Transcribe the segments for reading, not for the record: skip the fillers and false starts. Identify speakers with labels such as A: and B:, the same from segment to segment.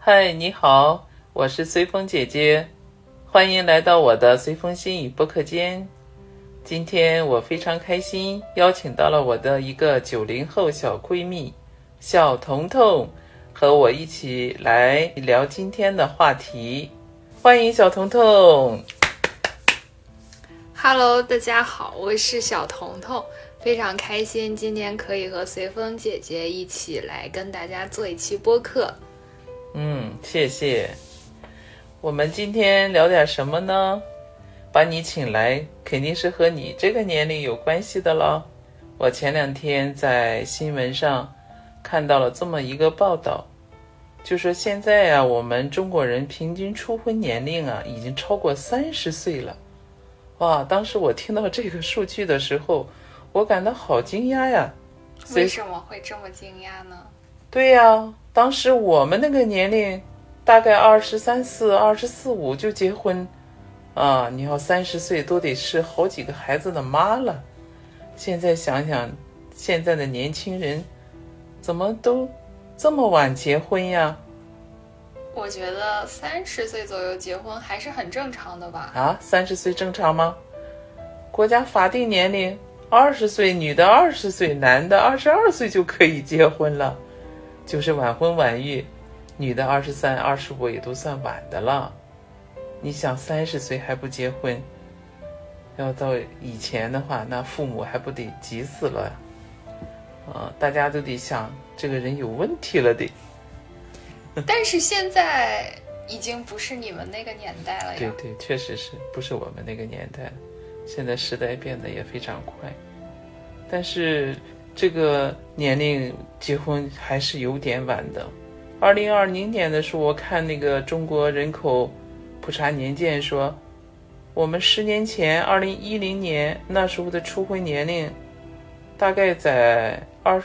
A: 嗨，你好，我是随风姐姐，欢迎来到我的随风心语播客间。今天我非常开心，邀请到了我的一个90后小闺蜜小彤彤，和我一起来聊今天的话题。欢迎小彤彤。
B: Hello， 大家好，我是小彤彤，非常开心今天可以和随风姐姐一起来跟大家做一期播客。
A: 谢谢。我们今天聊点什么呢？把你请来肯定是和你这个年龄有关系的了。我前2天在新闻上看到了这么一个报道，就说现在我们中国人平均初婚年龄已经超过30岁了。哇，当时我听到这个数据的时候，我感到好惊讶呀。
B: 为什么会这么惊讶呢？
A: 对呀，当时我们那个年龄大概23、24、25就结婚你要30岁都得是好几个孩子的妈了。现在想想，现在的年轻人怎么都这么晚结婚呀？
B: 我觉得30岁左右结婚还是很正常的吧。
A: 30岁正常吗？国家法定年龄20岁，女的20岁，男的22岁就可以结婚了，就是晚婚晚育，女的23、25也都算晚的了。你想30岁还不结婚，要到以前的话，那父母还不得急死了大家都得想这个人有问题了得。
B: 但是现在已经不是你们那个年代了呀。
A: 对，确实是不是我们那个年代了。现在时代变得也非常快，但是这个年龄结婚还是有点晚的。2020年的时候，我看那个中国人口普查年鉴说，我们10年前2010年那时候的初婚年龄大概在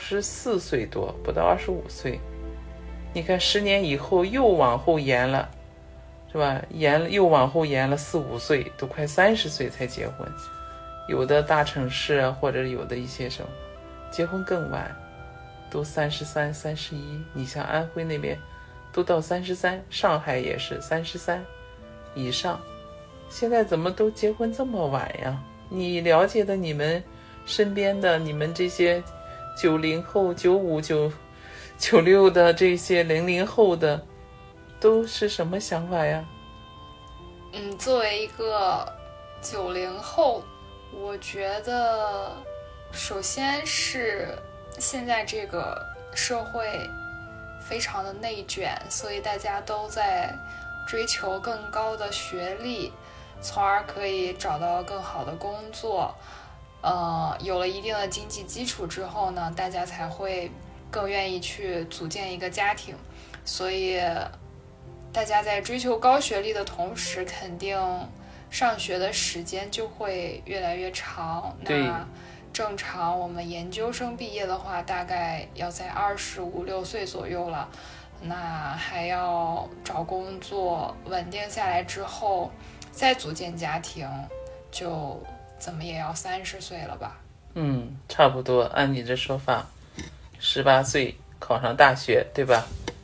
A: 24岁多，不到25岁。你看10年以后又往后延了，是吧？又往后延了4、5岁，都快30岁才结婚。有的大城市或者有的一些什么结婚更晚，都33、31。你像安徽那边都到33，上海也是33以上。现在怎么都结婚这么晚呀？你了解的你们身边的你们这些90后、95、96的这些00后的都是什么想法呀？
B: 作为一个90后，我觉得首先是现在这个社会非常的内卷，所以大家都在追求更高的学历，从而可以找到更好的工作。有了一定的经济基础之后呢，大家才会更愿意去组建一个家庭。所以大家在追求高学历的同时，肯定上学的时间就会越来越长。那正常我们研究生毕业的话，大概要在25、26岁左右了。那还要找工作，稳定下来之后再组建家庭，就怎么也要30岁了吧。
A: 差不多。按你这说法，18岁考上大学，对吧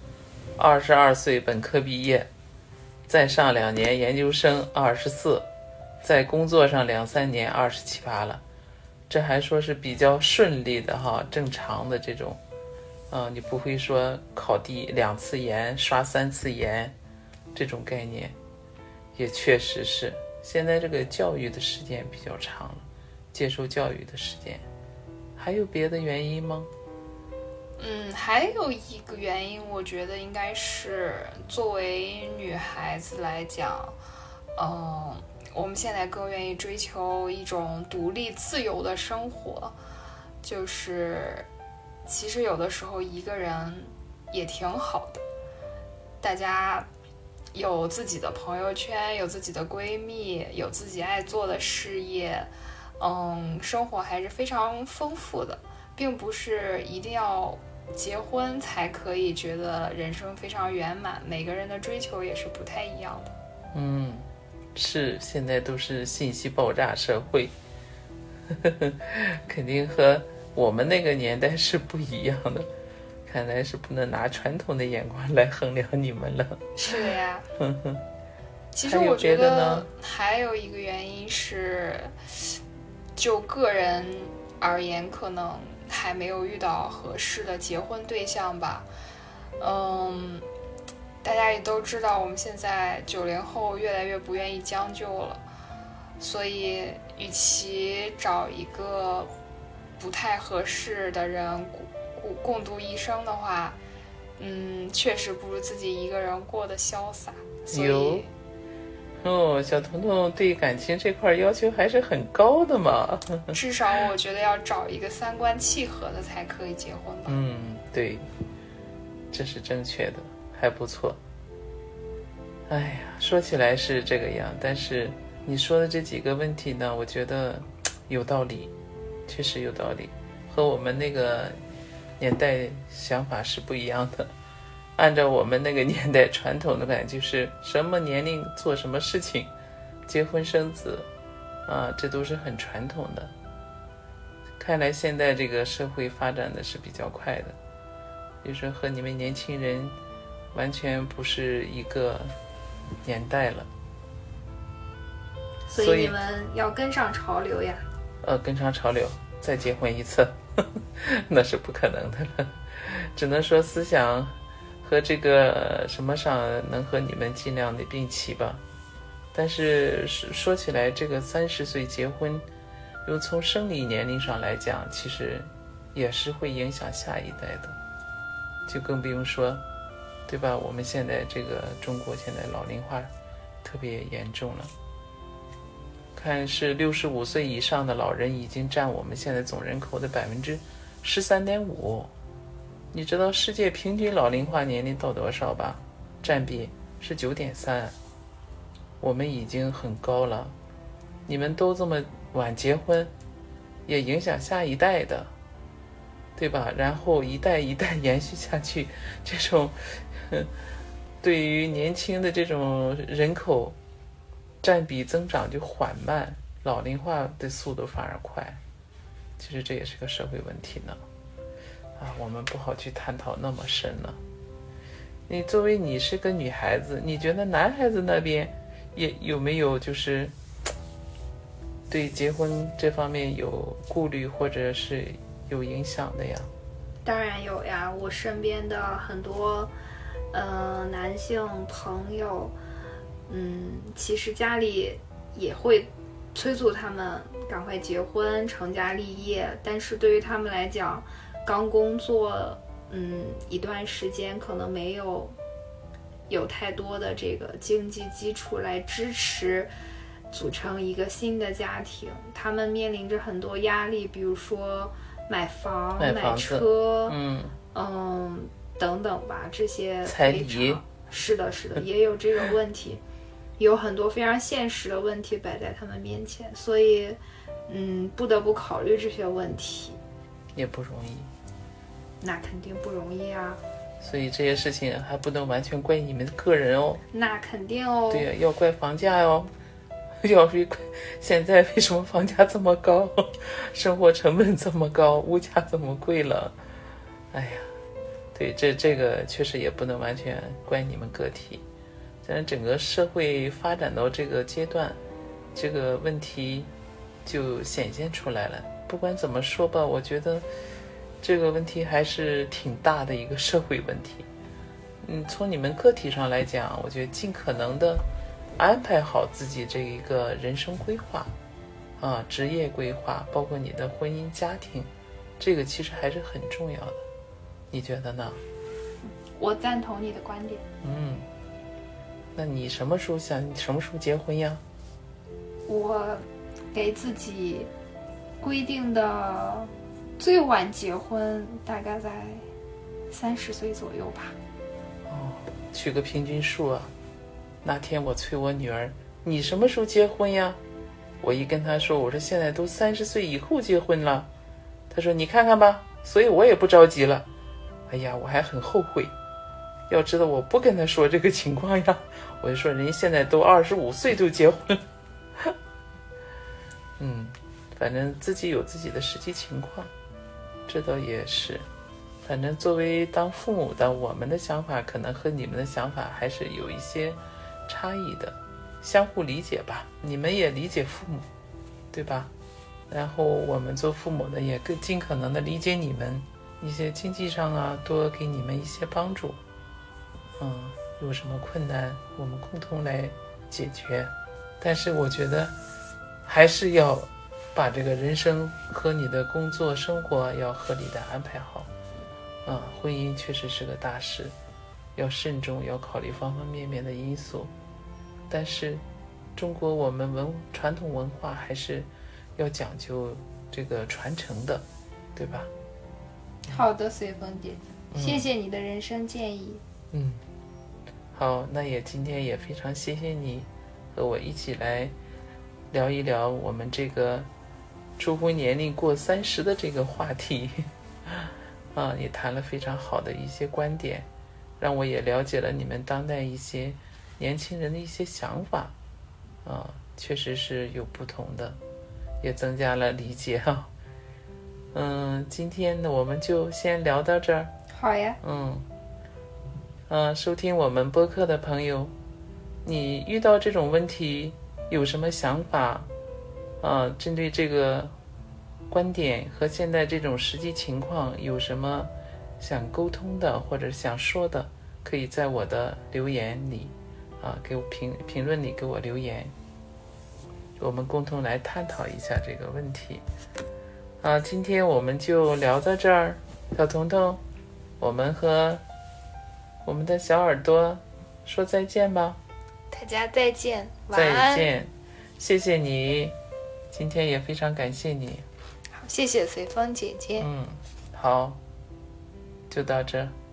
A: ？22岁本科毕业，再上2年研究生24，在工作上2、3年27、28了。这还说是比较顺利的正常的这种你不会说考第2次研刷3次研这种概念。也确实是现在这个教育的时间比较长了，接受教育的时间。还有别的原因吗？
B: 还有一个原因，我觉得应该是作为女孩子来讲，我们现在更愿意追求一种独立自由的生活。就是其实有的时候一个人也挺好的，大家有自己的朋友圈，有自己的闺蜜，有自己爱做的事业，生活还是非常丰富的，并不是一定要结婚才可以觉得人生非常圆满，每个人的追求也是不太一样的。
A: 是，现在都是信息爆炸社会肯定和我们那个年代是不一样的。 看来是不能拿传统的眼光来衡量你们了。
B: 是的呀。其实
A: 还有
B: 我觉得
A: 别的呢
B: 还有一个原因是，就个人而言，可能还没有遇到合适的结婚对象吧。大家也都知道，我们现在90后越来越不愿意将就了，所以与其找一个不太合适的人共度一生的话，确实不如自己一个人过得潇洒。所以
A: 小彤彤对感情这块要求还是很高的嘛。
B: 至少我觉得要找一个三观契合的才可以结婚吧。
A: 对，这是正确的，还不错。哎呀，说起来是这个样，但是你说的这几个问题呢，我觉得有道理，确实有道理，和我们那个年代想法是不一样的。按照我们那个年代传统的感觉，就是什么年龄做什么事情，结婚生子啊，这都是很传统的。看来现在这个社会发展的是比较快的，就是和你们年轻人完全不是一个年代了。
C: 所以你们要跟上潮流呀。
A: 跟上潮流再结婚一次那是不可能的了，只能说思想和这个什么上能和你们尽量的并齐吧。但是说起来，这个30岁结婚，又从生理年龄上来讲，其实也是会影响下一代的，就更不用说，对吧？我们现在这个中国现在老龄化特别严重了，看是65岁以上的老人已经占我们现在总人口的13.5%。你知道世界平均老龄化年龄到多少吧？占比是9.3%，我们已经很高了。你们都这么晚结婚，也影响下一代的，对吧？然后一代一代延续下去，这种对于年轻的这种人口占比增长就缓慢，老龄化的速度反而快。其实这也是个社会问题呢。我们不好去探讨那么深了。你作为你是个女孩子，你觉得男孩子那边也有没有就是对结婚这方面有顾虑或者是有影响的呀？
C: 当然有呀，我身边的很多男性朋友，其实家里也会催促他们赶快结婚成家立业，但是对于他们来讲，刚工作一段时间，可能没有太多的这个经济基础来支持组成一个新的家庭，他们面临着很多压力，比如说买房买车等等吧，这些
A: 彩礼，
C: 是的也有这个问题，有很多非常现实的问题摆在他们面前，所以不得不考虑这些问题，
A: 也不容易。
C: 那肯定不容易啊，
A: 所以这些事情还不能完全怪你们个人哦。
C: 那肯定哦。
A: 对呀，要怪房价哦，要怪现在为什么房价这么高，生活成本这么高，物价这么贵了。哎呀，对，这个确实也不能完全怪你们个体，但整个社会发展到这个阶段，这个问题就显现出来了。不管怎么说吧，我觉得这个问题还是挺大的一个社会问题。从你们个体上来讲，我觉得尽可能的安排好自己这一个人生规划职业规划，包括你的婚姻家庭，这个其实还是很重要的。你觉得呢？
C: 我赞同你的观点。
A: 那你什么时候结婚呀？
C: 我给自己规定的最晚结婚大概在30岁左右吧。
A: 取个平均数啊。那天我催我女儿，你什么时候结婚呀？我一跟她说，我说现在都30岁以后结婚了。她说你看看吧，所以我也不着急了。哎呀，我还很后悔，要知道我不跟她说这个情况呀，我就说人家现在都25岁都结婚了。反正自己有自己的实际情况，这倒也是。 反正作为当父母的，我们的想法可能和你们的想法还是有一些差异的，相互理解吧。你们也理解父母，对吧？然后我们做父母的也更尽可能的理解你们，一些经济上啊，多给你们一些帮助。有什么困难，我们共同来解决。但是我觉得还是要把这个人生和你的工作生活要合理的安排好。婚姻确实是个大事，要慎重，要考虑方方面面的因素。但是中国我们传统文化还是要讲究这个传承的，对吧？
C: 好的，随风姐姐，谢谢你的人生建议。
A: 好，那今天也非常谢谢你和我一起来聊一聊我们这个初婚年龄过30的这个话题。也谈了非常好的一些观点，让我也了解了你们当代一些年轻人的一些想法。确实是有不同的，也增加了理解哈。今天呢我们就先聊到这儿。
C: 好呀。
A: 收听我们播客的朋友，你遇到这种问题有什么想法？针对这个观点和现在这种实际情况有什么想沟通的或者想说的，可以在我的留言里给我评论里给我留言，我们共同来探讨一下这个问题。今天我们就聊到这儿。小彤彤，我们和我们的小耳朵说再见吧。
B: 大家再见，晚安。
A: 再见，谢谢你，今天也非常感谢你。
B: 好，谢谢随风姐姐。
A: 好，就到这。